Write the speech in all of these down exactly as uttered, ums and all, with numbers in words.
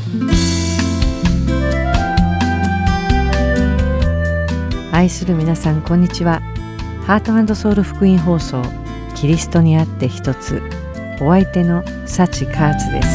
愛する皆さん、こんにちは。ハート&ソウル福音放送、キリストにあって一つ、お相手のサチカーツです。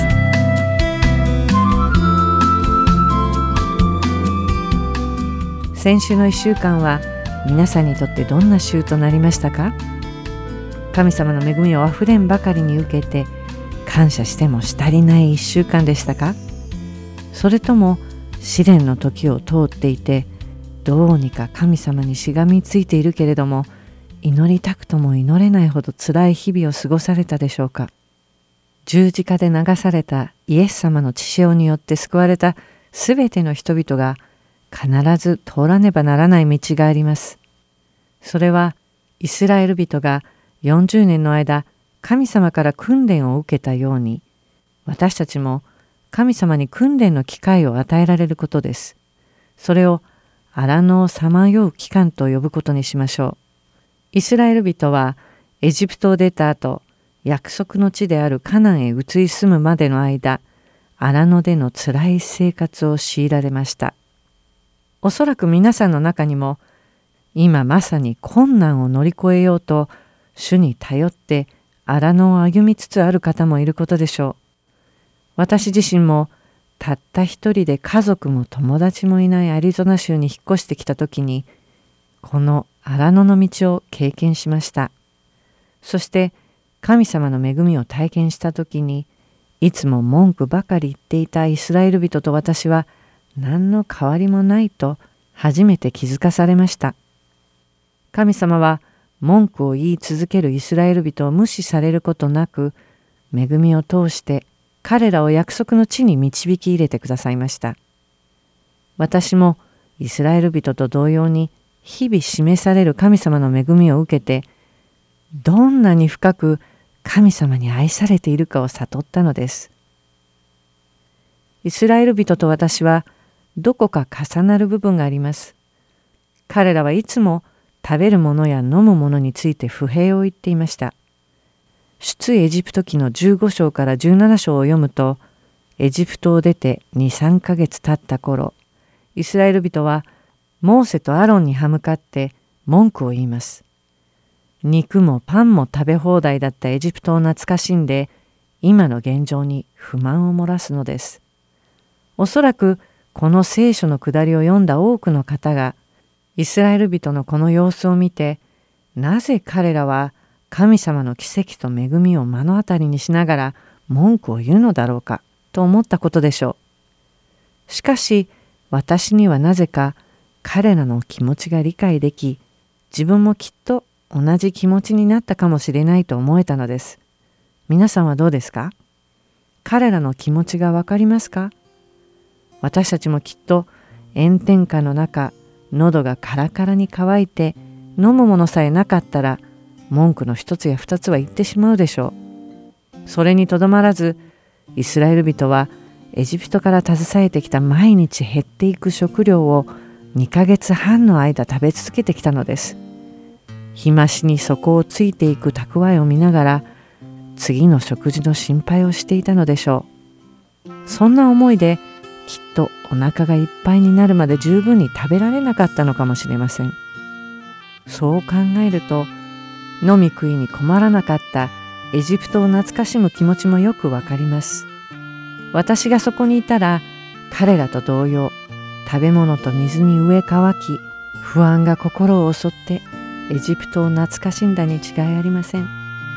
先週のいっしゅうかんは皆さんにとってどんな週となりましたか？神様の恵みをあふれんばかりに受けて感謝してもし足りないいっしゅうかんでしたか？それとも試練の時を通っていて、どうにか神様にしがみついているけれども、祈りたくとも祈れないほど辛い日々を過ごされたでしょうか？十字架で流されたイエス様の血潮によって救われたすべての人々が必ず通らねばならない道があります。それはイスラエル人がよんじゅうねんの間神様から訓練を受けたように、私たちも神様に訓練の機会を与えられることです。それを荒野をさまよう期間と呼ぶことにしましょう。イスラエル人はエジプトを出た後、約束の地であるカナンへ移り住むまでの間、荒野でのつらい生活を強いられました。おそらく皆さんの中にも、今まさに困難を乗り越えようと主に頼って荒野を歩みつつある方もいることでしょう。私自身もたった一人で家族も友達もいないアリゾナ州に引っ越してきた時に、この荒野の道を経験しました。そして神様の恵みを体験した時に、いつも文句ばかり言っていたイスラエル人と私は何の変わりもないと初めて気づかされました。神様は文句を言い続けるイスラエル人を無視されることなく、恵みを通して彼らを約束の地に導き入れてくださいました。私もイスラエル人と同様に日々示される神様の恵みを受けて、どんなに深く神様に愛されているかを悟ったのです。イスラエル人と私はどこか重なる部分があります。彼らはいつも食べるものや飲むものについて不平を言っていました。出エジプト記のじゅうご章からじゅうなな章を読むと、エジプトを出てに、さんかげつ経った頃、イスラエル人はモーセとアロンに歯向かって文句を言います。肉もパンも食べ放題だったエジプトを懐かしんで、今の現状に不満を漏らすのです。おそらくこの聖書の下りを読んだ多くの方が、イスラエル人のこの様子を見て、なぜ彼らは神様の奇跡と恵みを目の当たりにしながら文句を言うのだろうかと思ったことでしょう。しかし私にはなぜか彼らの気持ちが理解でき、自分もきっと同じ気持ちになったかもしれないと思えたのです。皆さんはどうですか？彼らの気持ちがわかりますか？私たちもきっと炎天下の中、喉がカラカラに乾いて飲むものさえなかったら文句の一つや二つは言ってしまうでしょう。それにとどまらず、イスラエル人はエジプトから携えてきた毎日減っていく食料をにかげつはんの間食べ続けてきたのです。日増しに底をついていく蓄えを見ながら、次の食事の心配をしていたのでしょう。そんな思いできっとお腹がいっぱいになるまで十分に食べられなかったのかもしれません。そう考えると、飲み食いに困らなかったエジプトを懐かしむ気持ちもよくわかります。私がそこにいたら、彼らと同様、食べ物と水に飢え渇き、不安が心を襲ってエジプトを懐かしんだに違いありません。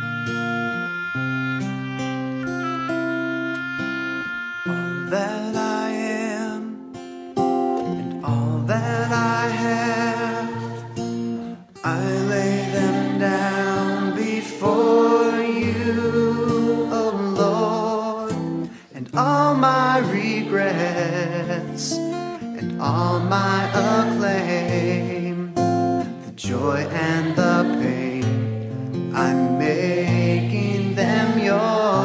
All my acclaim, the joy and the pain, I'm making them yours.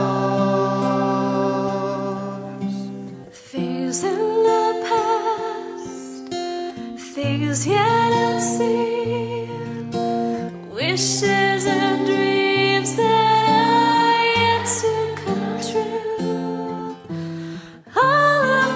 Things in the past, things yet unseen, wishes and dreams that are yet to come true. All of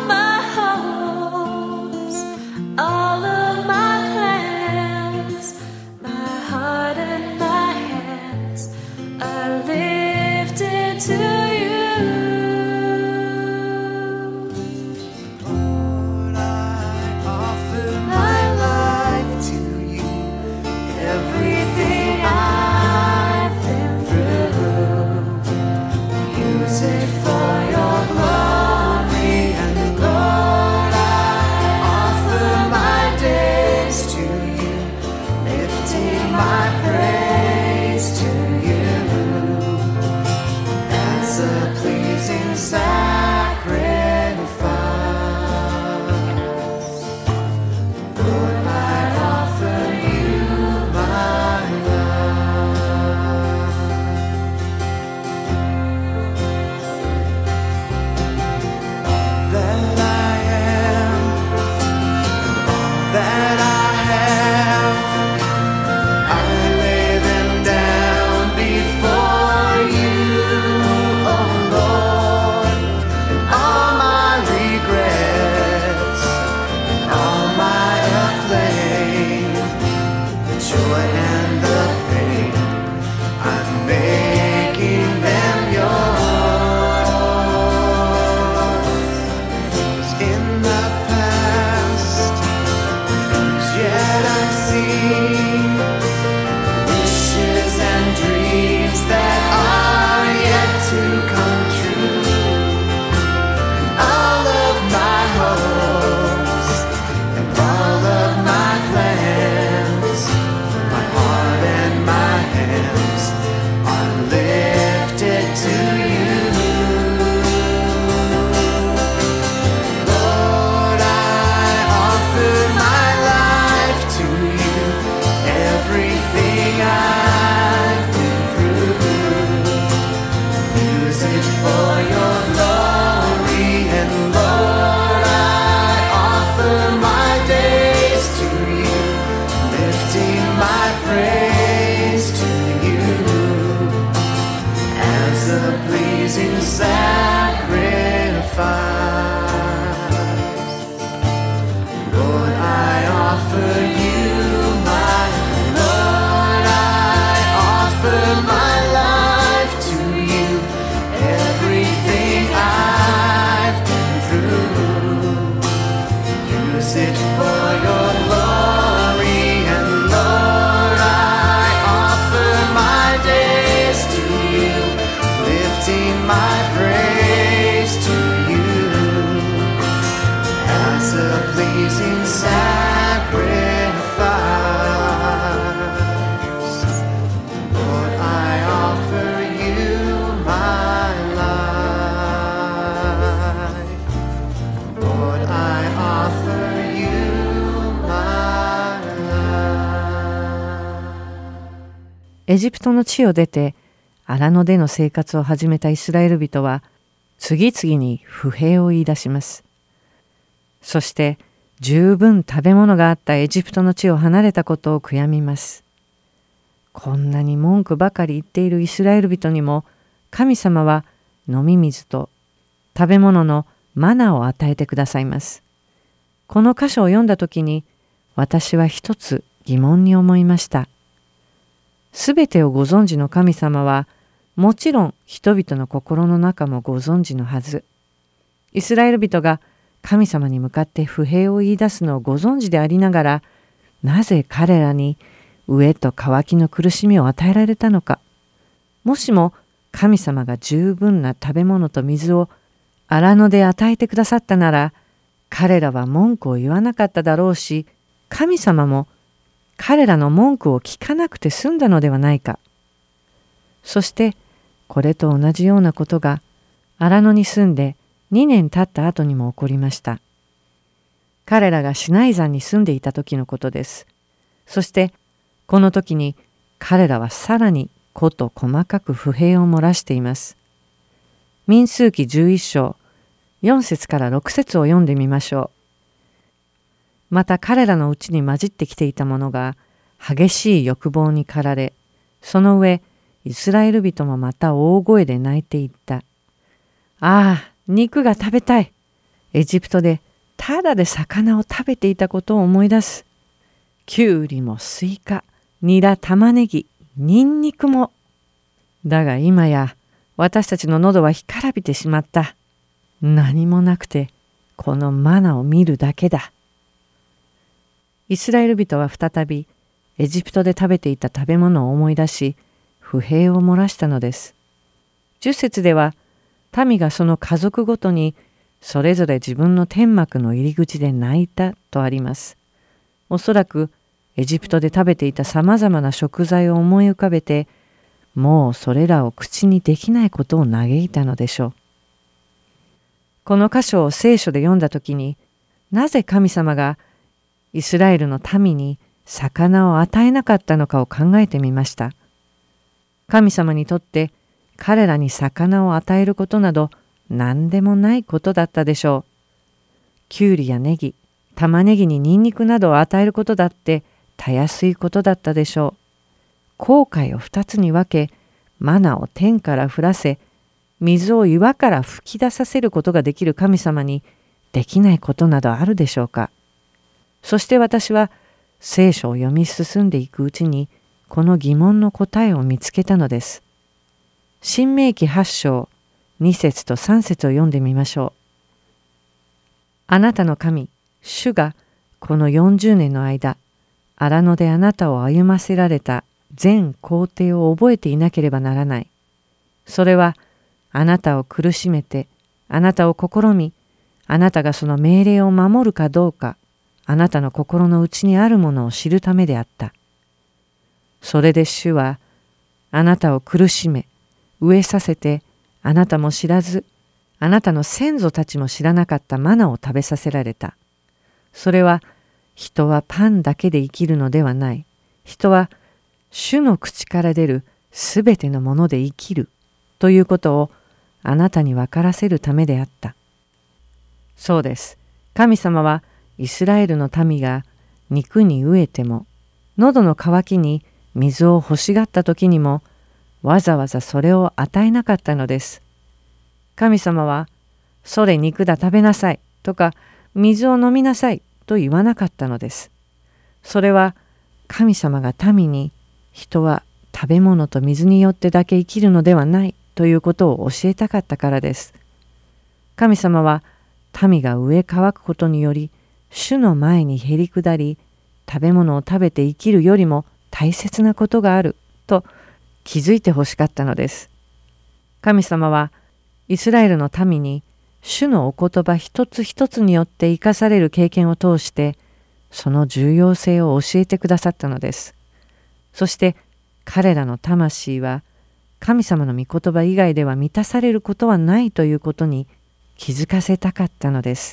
エジプトの地を出て荒野での生活を始めたイスラエル人は次々に不平を言い出します。そして十分食べ物があったエジプトの地を離れたことを悔やみます。こんなに文句ばかり言っているイスラエル人にも神様は飲み水と食べ物のマナを与えてくださいます。この箇所を読んだときに私は一つ疑問に思いました。すべてをご存知の神様はもちろん人々の心の中もご存知のはず。イスラエル人が神様に向かって不平を言い出すのをご存知でありながら、なぜ彼らに飢えと渇きの苦しみを与えられたのか。もしも神様が十分な食べ物と水を荒野で与えてくださったなら、彼らは文句を言わなかっただろうし、神様も彼らの文句を聞かなくて済んだのではないか。そしてこれと同じようなことが荒野に住んでにねん経った後にも起こりました。彼らがシナイ山に住んでいた時のことです。そしてこの時に彼らはさらにこと細かく不平を漏らしています。民数記じゅういっ章よん節からろく節を読んでみましょう。また彼らのうちに混じってきていた者が激しい欲望に駆られ、その上イスラエル人もまた大声で泣いていった。ああ、肉が食べたい。エジプトでただで魚を食べていたことを思い出す。きゅうりもスイカ、ニラ、玉ねぎ、ニンニクも。だが今や私たちの喉は干からびてしまった。何もなくてこのマナを見るだけだ。イスラエル人は再びエジプトで食べていた食べ物を思い出し、不平を漏らしたのです。じゅっ節では民がその家族ごとにそれぞれ自分の天幕の入り口で泣いたとあります。おそらくエジプトで食べていたさまざまな食材を思い浮かべて、もうそれらを口にできないことを嘆いたのでしょう。この箇所を聖書で読んだときに、なぜ神様がイスラエルの民に魚を与えなかったのかを考えてみました。神様にとって彼らに魚を与えることなど何でもないことだったでしょう。きゅうりやネギ、玉ねぎにニンニクなどを与えることだってたやすいことだったでしょう。紅海を二つに分け、マナを天から降らせ、水を岩から吹き出させることができる神様にできないことなどあるでしょうか。そして私は聖書を読み進んでいくうちにこの疑問の答えを見つけたのです。申命記はち章に節とさん節を読んでみましょう。あなたの神、主がこのよんじゅうねんの間、荒野であなたを歩ませられた全行程を覚えていなければならない。それはあなたを苦しめて、あなたを試み、あなたがその命令を守るかどうか、あなたの心の内にあるものを知るためであった。それで主はあなたを苦しめ、飢えさせて、あなたも知らず、あなたの先祖たちも知らなかったマナを食べさせられた。それは人はパンだけで生きるのではない。人は主の口から出るすべてのもので生きるということをあなたに分からせるためであった。そうです。神様はイスラエルの民が肉に飢えても、喉の渇きに水を欲しがった時にも、わざわざそれを与えなかったのです。神様は、それ肉だ食べなさいとか、水を飲みなさいと言わなかったのです。それは神様が民に、人は食べ物と水によってだけ生きるのではないということを教えたかったからです。神様は民が飢え渇くことにより、主の前にへり下り、食べ物を食べて生きるよりも大切なことがあると気づいてほしかったのです。神様はイスラエルの民に主のお言葉一つ一つによって生かされる経験を通してその重要性を教えてくださったのです。そして彼らの魂は神様の御言葉以外では満たされることはないということに気づかせたかったのです。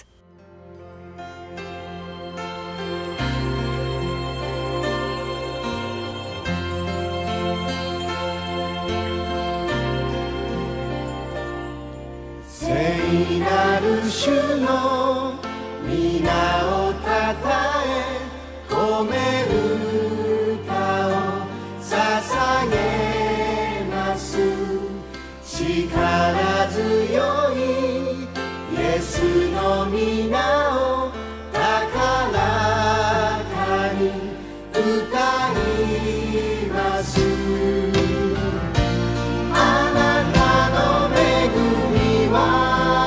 聖なる主の皆をたたえ褒める歌を捧げます。力強いイエスの皆を高らかに歌います。あなたの恵みは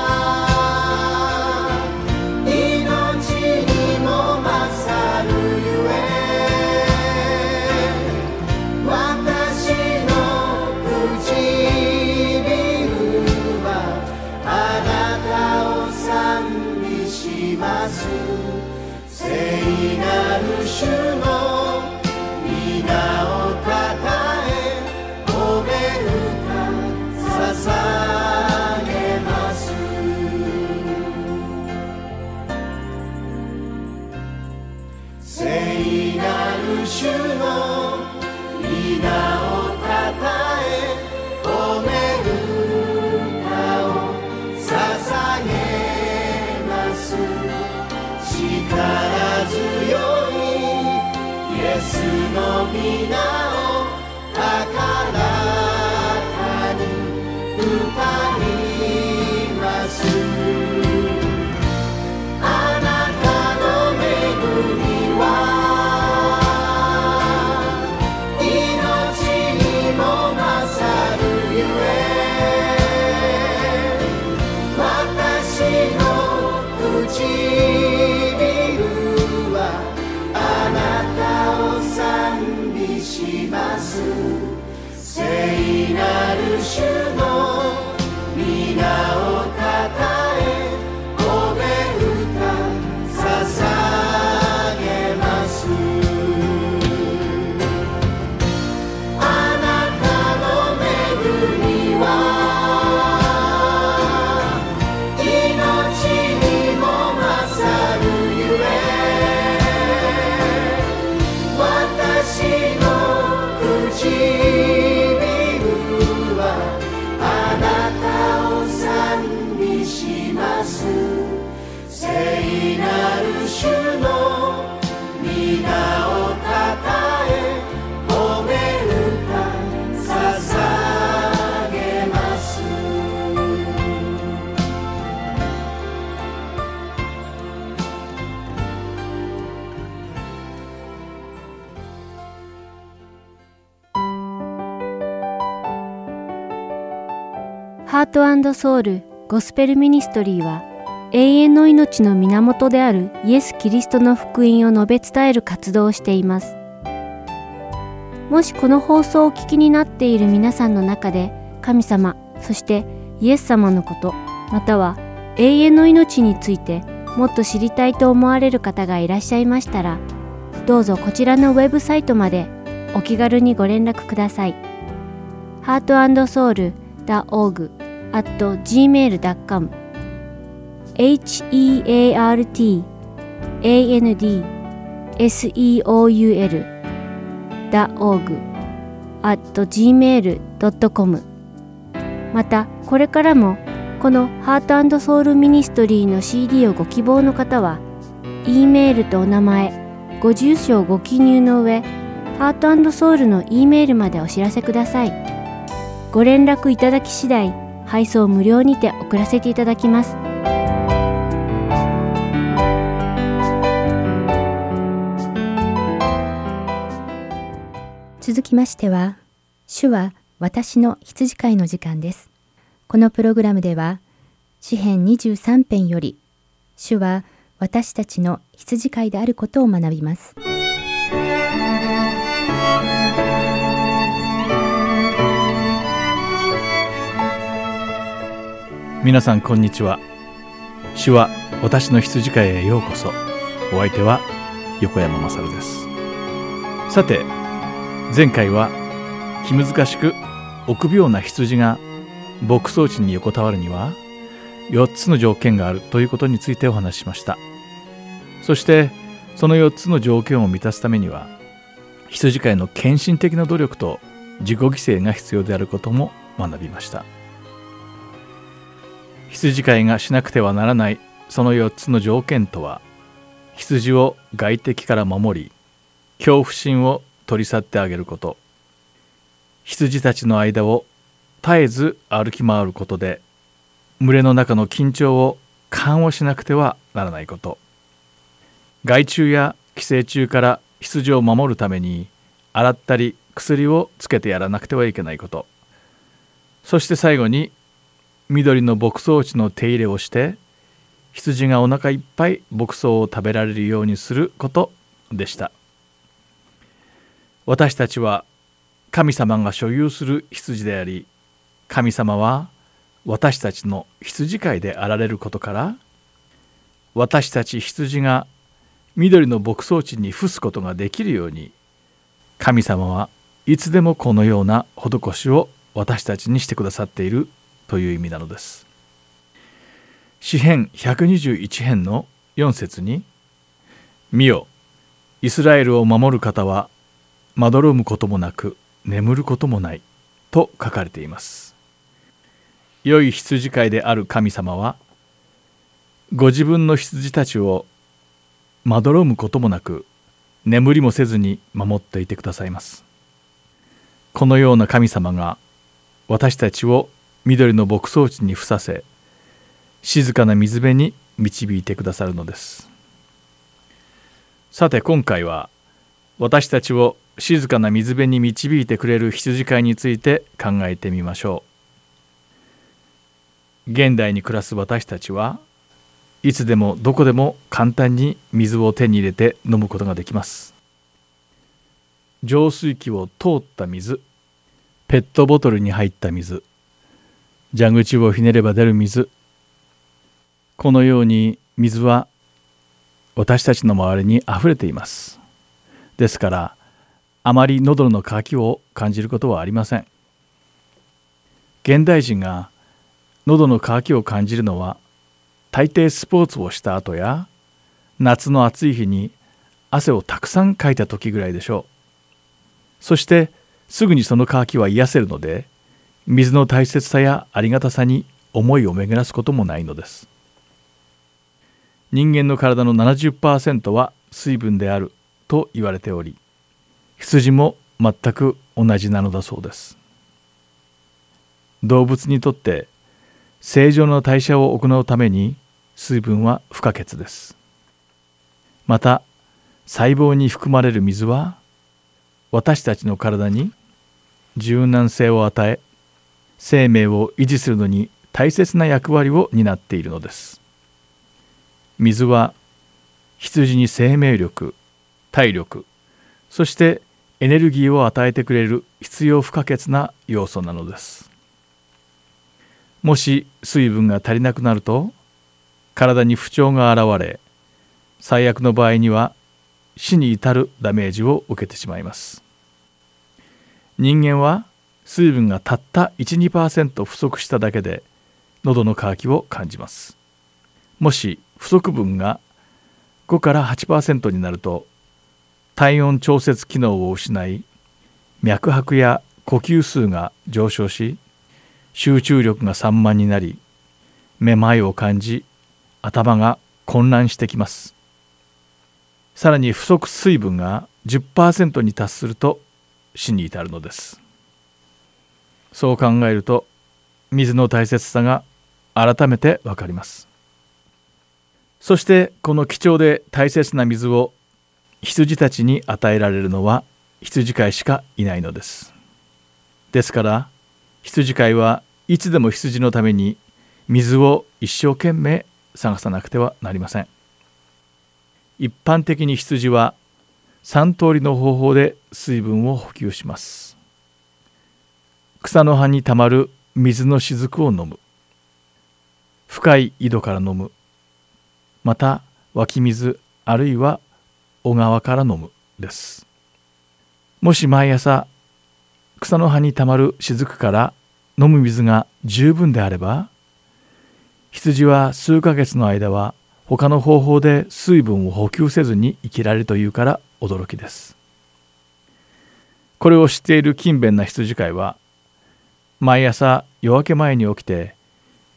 聖なる主の皆をたたえ褒め歌捧げます。聖なる主の皆をたたえ褒め歌を捧げます。力強いイエスの皆を高らかに歌います。あなたの恵みは命にも勝るゆえ、私の口聖なる主の皆をたたえ褒め歌捧げます。あなたの恵みは命にも勝るゆえ、私の口聖なる主の皆をたたえ褒め歌捧げます。 ハート&ソウルゴスペルミニストリーは永遠の命の源であるイエス・キリストの福音を述べ伝える活動をしています。もしこの放送をお聞きになっている皆さんの中で神様、そしてイエス様のこと、または永遠の命についてもっと知りたいと思われる方がいらっしゃいましたら、どうぞこちらのウェブサイトまでお気軽にご連絡ください。ハートアンドソウルドットオーグ アット ジーメール ドットコム エイチ イー エー アール ティー エー エヌ ディー エス イー オー ユー エル ドットオーグ アット ジーメール ドットコム。 またこれからもこのハート&ソウルミニストリーの シーディー をご希望の方は E メールとお名前、ご住所をご記入の上、ハート&ソウルの E メールまでお知らせください。ご連絡いただき次第、配送無料にて送らせていただきます。 続きましては、主は私の羊飼いの時間です。このプログラムでは、詩編にじゅうさん編より、主は私たちの羊飼いであることを学びます。 皆さんこんにちは。主は私の羊飼いへようこそ。お相手は横山まさるです。さて、前回は気難しく臆病な羊が牧草地に横たわるにはよっつの条件があるということについてお話ししました。そしてそのよっつの条件を満たすためには羊飼いの献身的な努力と自己犠牲が必要であることも学びました。 羊飼いがしなくてはならないそのよっつの条件とは、羊を外敵から守り、恐怖心を取り去ってあげること、羊たちの間を絶えず歩き回ることで群れの中の緊張を緩和しなくてはならないこと、害虫や寄生虫から羊を守るために洗ったり薬をつけてやらなくてはいけないこと、そして最後に緑の牧草地の手入れをして羊がお腹いっぱい牧草を食べられるようにすることでした。私たちは神様が所有する羊であり、神様は私たちの羊飼いであられることから、私たち羊が緑の牧草地に伏すことができるように、神様はいつでもこのような施しを私たちにしてくださっているという意味なのです。詩編ひゃくにじゅういち編のよん節に、見よ、イスラエルを守る方はまどろむこともなく眠ることもないと書かれています。良い羊飼いである神様は、ご自分の羊たちをまどろむこともなく眠りもせずに守っていてくださいます。このような神様が私たちを緑の牧草地に伏させ、静かな水辺に導いてくださるのです。さて今回は、私たちを静かな水辺に導いてくれる羊飼いについて考えてみましょう。現代に暮らす私たちはいつでもどこでも簡単に水を手に入れて飲むことができます。浄水器を通った水、ペットボトルに入った水、蛇口をひねれば出る水、このように水は私たちの周りにあふれています。ですからあまり喉の渇きを感じることはありません。現代人が喉の渇きを感じるのは、大抵スポーツをした後や夏の暑い日に汗をたくさんかいた時ぐらいでしょう。そしてすぐにその渇きは癒せるので、水の大切さやありがたさに思いを巡らすこともないのです。人間の体の ななじゅっパーセント は水分であると言われており、羊も全く同じなのだそうです。動物にとって正常な代謝を行うために水分は不可欠です。また細胞に含まれる水は私たちの体に柔軟性を与え、生命を維持するのに大切な役割を担っているのです。水は羊に生命力、体力、そしてエネルギーを与えてくれる必要不可欠な要素なのです。もし水分が足りなくなると、体に不調が現れ、最悪の場合には死に至るダメージを受けてしまいます。人間は水分がたった いち、にパーセント 不足しただけで喉の渇きを感じます。もし不足分がごから はちパーセント になると、体温調節機能を失い、脈拍や呼吸数が上昇し、集中力が散漫になり、めまいを感じ、頭が混乱してきます。さらに不足水分が じゅっパーセント に達すると死に至るのです。そう考えると、水の大切さが改めてわかります。そしてこの貴重で大切な水を羊たちに与えられるのは羊飼いしかいないのです。ですから羊飼いはいつでも羊のために水を一生懸命探さなくてはなりません。一般的に羊はさん通りの方法で水分を補給します。草の葉にたまる水の雫を飲む、深い井戸から飲む、また湧き水あるいは小川から飲むです。もし毎朝草の葉にたまる雫から飲む水が十分であれば、羊は数ヶ月の間は他の方法で水分を補給せずに生きられるというから驚きです。これを知っている勤勉な羊飼いは、毎朝夜明け前に起きて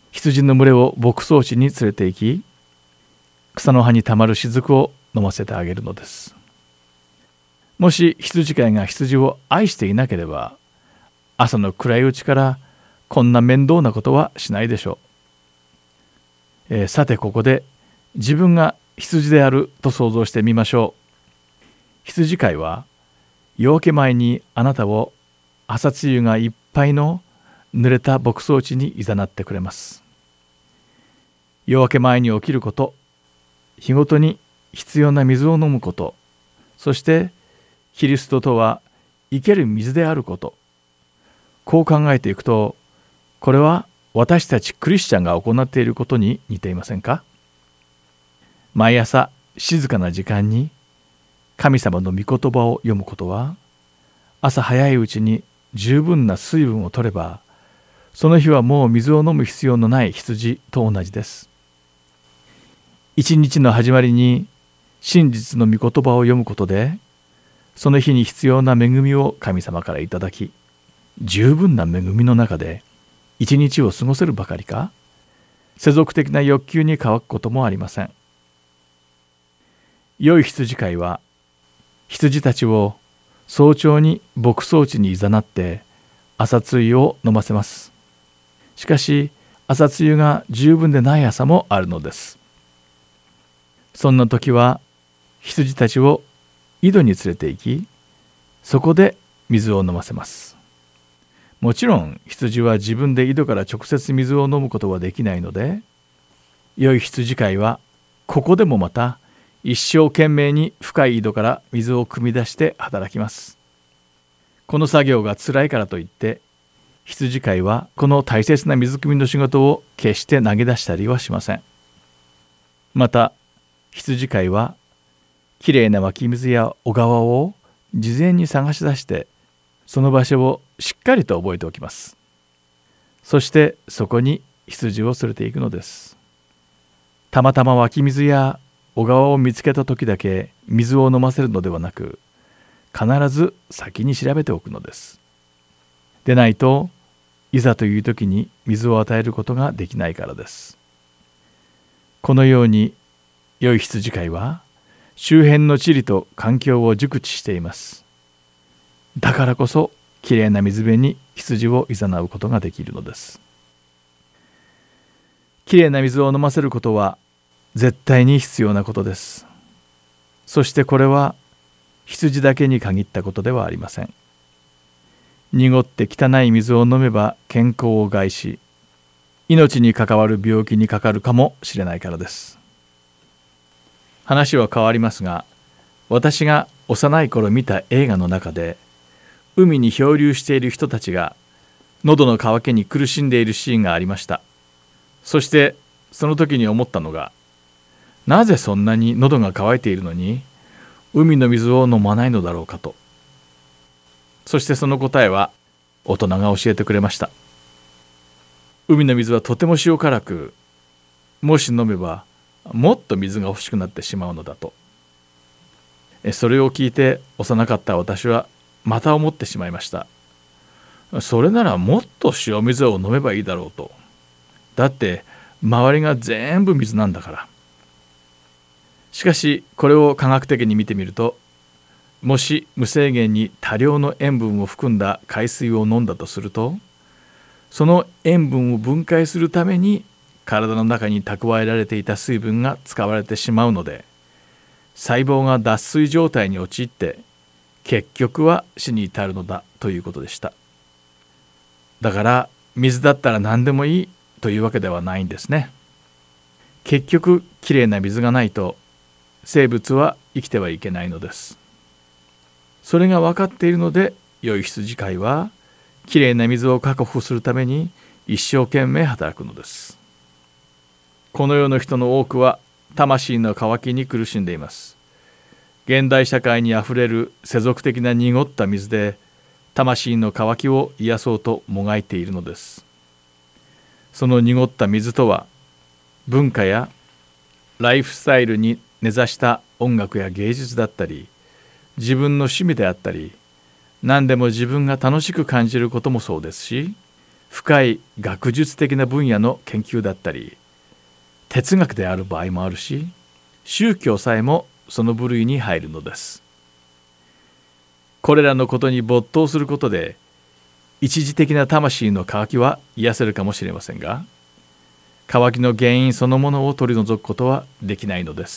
羊の群れを牧草地に連れて行き、草の葉にたまる雫を飲ませてあげるのです。もし羊飼いが羊を愛していなければ、朝の暗いうちからこんな面倒なことはしないでしょう。えー、さてここで自分が羊であると想像してみましょう。羊飼いは夜明け前にあなたを朝露がいっぱいの濡れた牧草地にいざなってくれます。夜明け前に起きること、日ごとに必要な水を飲むこと、そしてキリストとは生ける水であること、こう考えていくと、これは私たちクリスチャンが行っていることに似ていませんか？毎朝静かな時間に神様の御言葉を読むことは、朝早いうちに十分な水分を取れば、その日はもう水を飲む必要のない羊と同じです。一日の始まりに真実の御言葉を読むことで、その日に必要な恵みを神様からいただき、十分な恵みの中で一日を過ごせるばかりか、世俗的な欲求に乾くこともありません。良い羊飼いは羊たちを早朝に牧草地にいざなって朝露を飲ませます。しかし朝露が十分でない朝もあるのです。そんな時は羊たちを井戸に連れて行き、そこで水を飲ませます。もちろん羊は自分で井戸から直接水を飲むことはできないので、良い羊飼いはここでもまた一生懸命に深い井戸から水を汲み出して働きます。この作業が辛いからといって、羊飼いはこの大切な水汲みの仕事を決して投げ出したりはしません。また羊飼いはきれいな湧き水や小川を事前に探し出して、その場所をしっかりと覚えておきます。そしてそこに羊を連れて行くのです。たまたま湧き水や小川を見つけた時だけ水を飲ませるのではなく、必ず先に調べておくのです。でないと、いざという時に水を与えることができないからです。このように良い羊飼いは周辺の地理と環境を熟知しています。だからこそきれいな水辺に羊を誘うことができるのです。きれいな水を飲ませることは絶対に必要なことです。そしてこれは羊だけに限ったことではありません。濁って汚い水を飲めば健康を害し、命に関わる病気にかかるかもしれないからです。話は変わりますが、私が幼い頃見た映画の中で、海に漂流している人たちが喉の渇きに苦しんでいるシーンがありました。そしてその時に思ったのが、なぜそんなに喉が渇いているのに海の水を飲まないのだろうかと。そしてその答えは大人が教えてくれました。海の水はとても塩辛く、もし飲めばもっと水が欲しくなってしまうのだと。それを聞いて幼かった私はまた思ってしまいました。それならもっと塩水を飲めばいいだろうと。だって周りが全部水なんだから。しかしこれを科学的に見てみると、もし無制限に多量の塩分を含んだ海水を飲んだとすると、その塩分を分解するために体の中に蓄えられていた水分が使われてしまうので、細胞が脱水状態に陥って結局は死に至るのだということでした。だから水だったら何でもいいというわけではないんですね。結局きれいな水がないと生物は生きてはいけないのです。それが分かっているので、良い羊飼いはきれいな水を確保するために一生懸命働くのです。この世の人の多くは魂の渇きに苦しんでいます。現代社会にあふれる世俗的な濁った水で魂の渇きを癒そうともがいているのです。その濁った水とは、文化やライフスタイルに根ざした音楽や芸術だったり、自分の趣味であったり、何でも自分が楽しく感じることもそうですし、 深い学術的な分野の研究だったり、哲学である場合もあるし、宗教さえもその部類に入るのです。これらのことに没頭することで、一時的な魂の渇きは癒せるかもしれませんが、渇きの原因そのものを取り除くことはできないのです。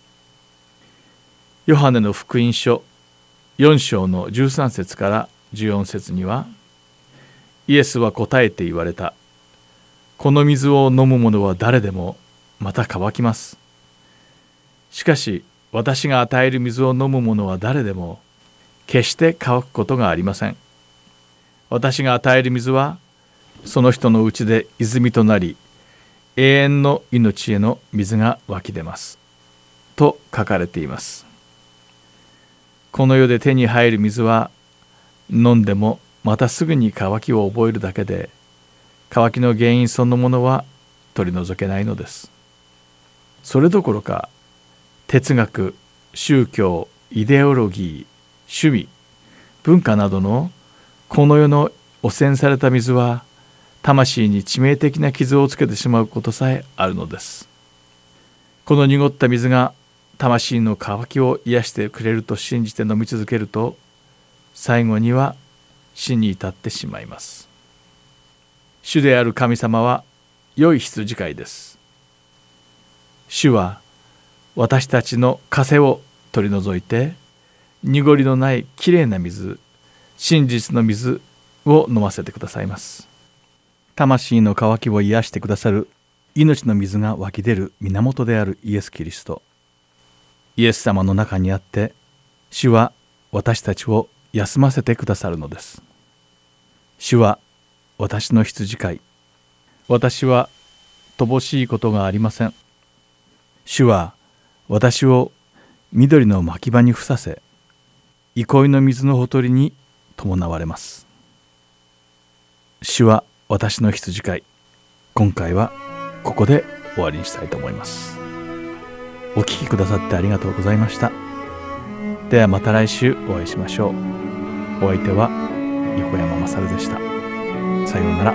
ヨハネの福音書よん章のじゅうさん節からじゅうよん節には、イエスは答えて言われた。この水を飲む者は誰でもまた渇きます。しかし私が与える水を飲む者は誰でも決して渇くことがありません。私が与える水はその人のうちで泉となり、永遠の命への水が湧き出ますと書かれています。この世で手に入る水は飲んでもまたすぐに渇きを覚えるだけで、渇きの原因そのものは取り除けないのです。それどころか哲学、宗教、イデオロギー、趣味、文化などのこの世の汚染された水は魂に致命的な傷をつけてしまうことさえあるのです。この濁った水が魂の渇きを癒してくれると信じて飲み続けると、最後には死に至ってしまいます。主である神様は良い羊飼いです。主は私たちの枷を取り除いて、濁りのないきれいな水、真実の水を飲ませてくださいます。魂の渇きを癒してくださる命の水が湧き出る源であるイエス・キリスト。イエス様の中にあって、主は私たちを休ませてくださるのです。主は私の羊飼い。私は乏しいことがありません。主は私を緑の牧場にふさせ、憩いの水のほとりに伴われます。主は私の羊飼い。今回はここで終わりにしたいと思います。お聞きくださってありがとうございました。ではまた来週お会いしましょう。お相手は横山まさるでした。さようなら。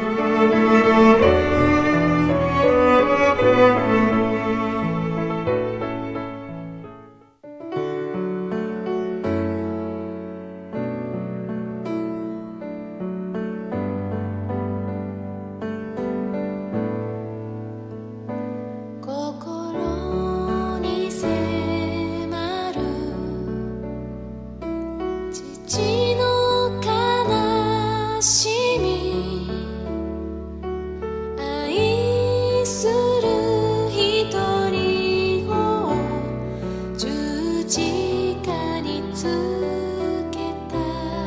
心に迫る父の悲しみ、愛する一人を十字架につけた。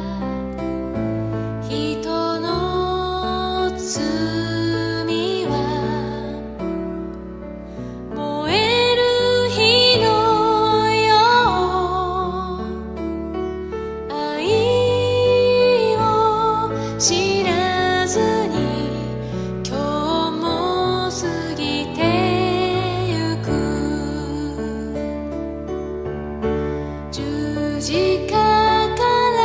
人の罪は燃える火のよう、愛を知らずに今日も過ぎてゆく。十字架から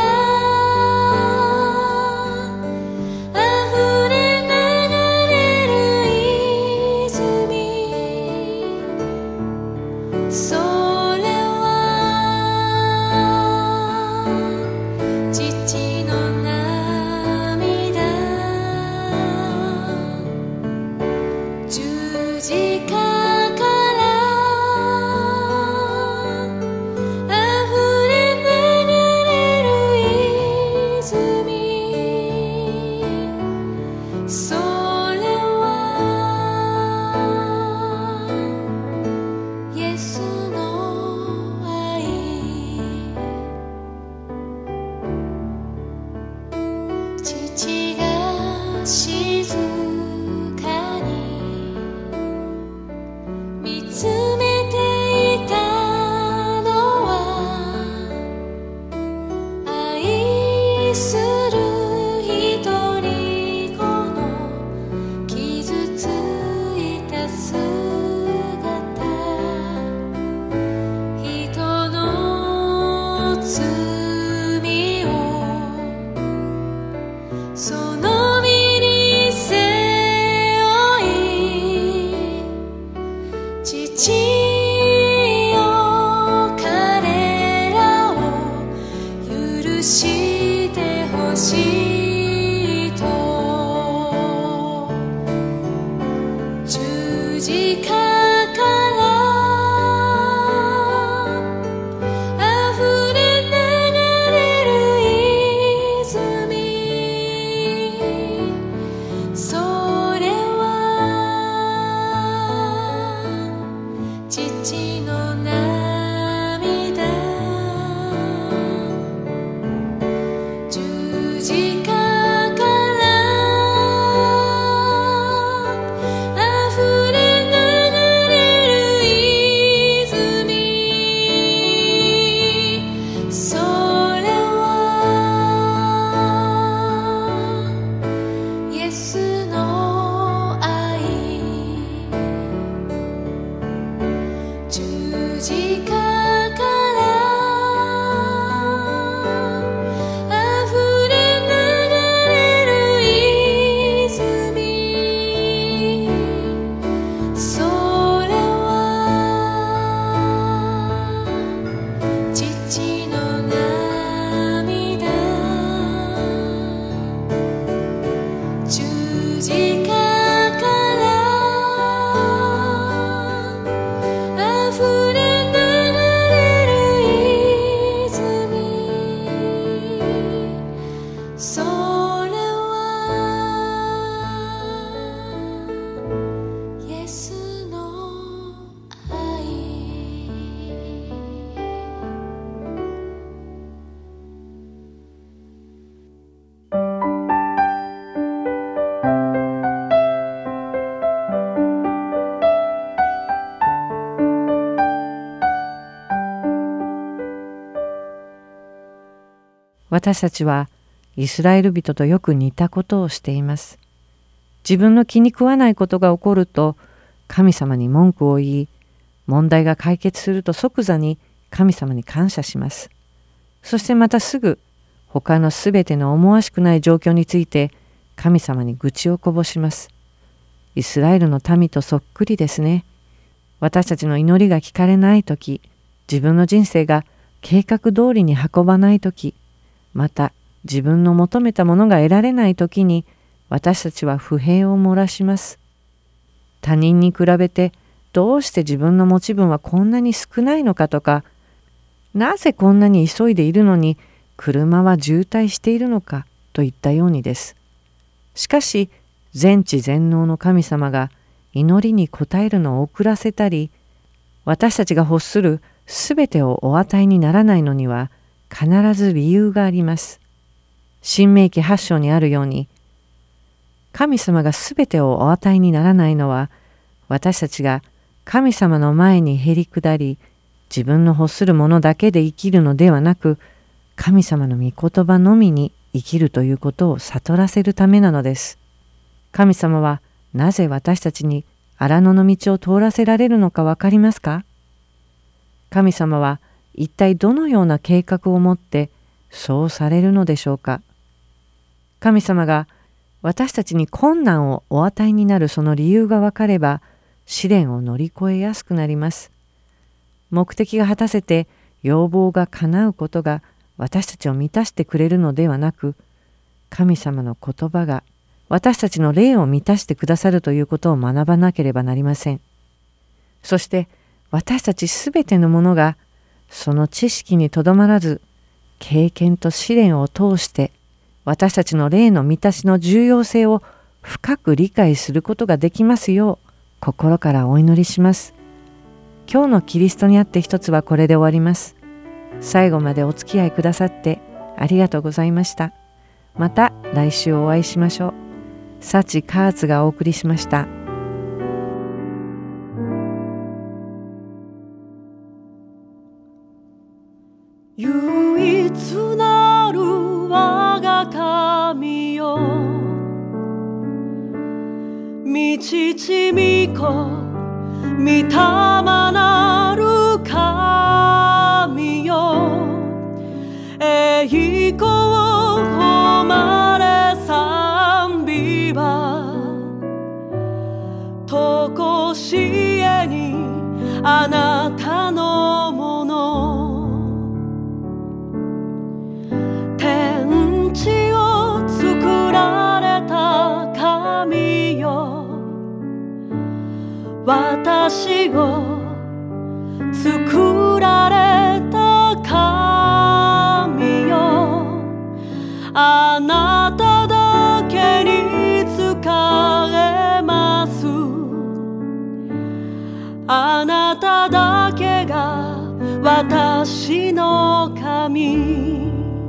溢れ流れる泉、それは父の涙。十字架から溢れ流れる泉、それはイエスのの涙十字架から溢れ流れる泉、それはイエスの愛、十字架から溢れ流れる泉、それは父の涙十字架から溢れ流れる泉、それはイエスの愛。 私たちはイスラエル人とよく似たことをしています。自分の気に食わないことが起こると神様に文句を言い、問題が解決すると即座に神様に感謝します。そしてまたすぐ他のすべての思わしくない状況について神様に愚痴をこぼします。イスラエルの民とそっくりですね。私たちの祈りが聞かれないとき、自分の人生が計画通りに運ばないとき、また自分の求めたものが得られないときに私たちは不平を漏らします。他人に比べてどうして自分の持ち分はこんなに少ないのかとか、なぜこんなに急いでいるのに車は渋滞しているのかといったようにです。しかし全知全能の神様が祈りに応えるのを遅らせたり、私たちが欲するすべてをお与えにならないのには必ず理由があります。申命記はち章にあるように、神様がすべてをお与えにならないのは、私たちが神様の前にへり下り、自分の欲するものだけで生きるのではなく、神様の御言葉のみに生きるということを悟らせるためなのです。神様はなぜ私たちに荒野の道を通らせられるのかわかりますか？神様は一体どのような計画を持ってそうされるのでしょうか。神様が私たちに困難をお与えになるその理由がわかれば、試練を乗り越えやすくなります。目的が果たせて要望が叶うことが私たちを満たしてくれるのではなく、神様の言葉が私たちの霊を満たしてくださるということを学ばなければなりません。そして私たちすべてのものがその知識にとどまらず、経験と試練を通して私たちの霊の満たしの重要性を深く理解することができますよう心からお祈りします。今日のキリストにあって一つはこれで終わります。最後までお付き合いくださってありがとうございました。また来週お会いしましょう。サチカーツがお送りしました。 唯一なる我が神よ、御父御子御霊なる神よ、栄光誉れ賛美はとこしえにあなたのもの。天地を作られた神よ、私を作られた神よ、あなただけに仕えます。あなただけ私の神。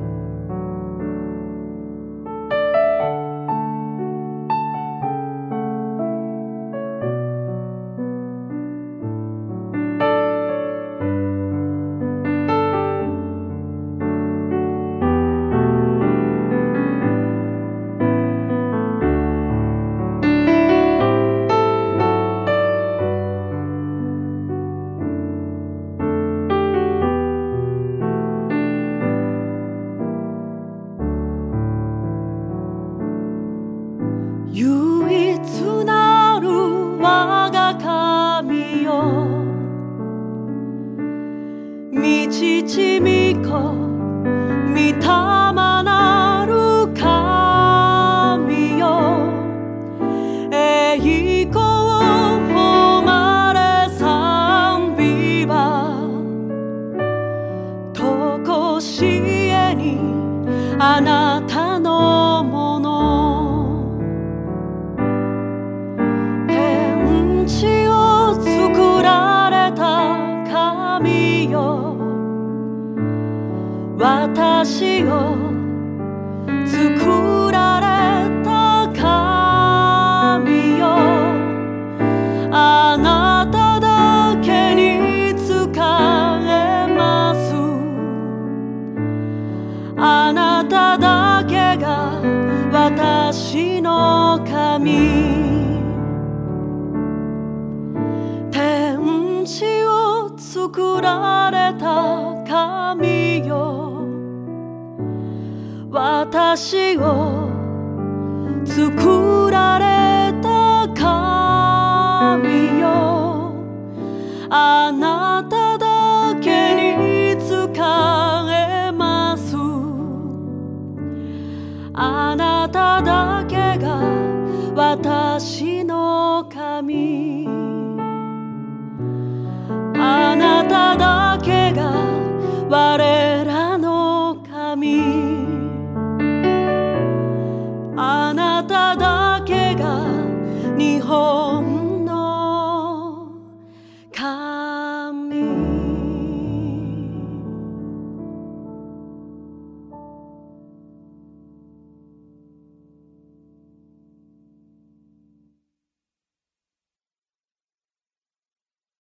唯一なる我が神よ、御父御子御霊なる神よ、栄光誉れ賛美はとこしえにあなたのもの。私を作られた神よ、あなただけに仕えます。あなただけが私の神。天地を作られた神よ、私を作られた神よ、あなただけに仕えます。あなただけが私の神。あなただけが我らの神。あなただけが日本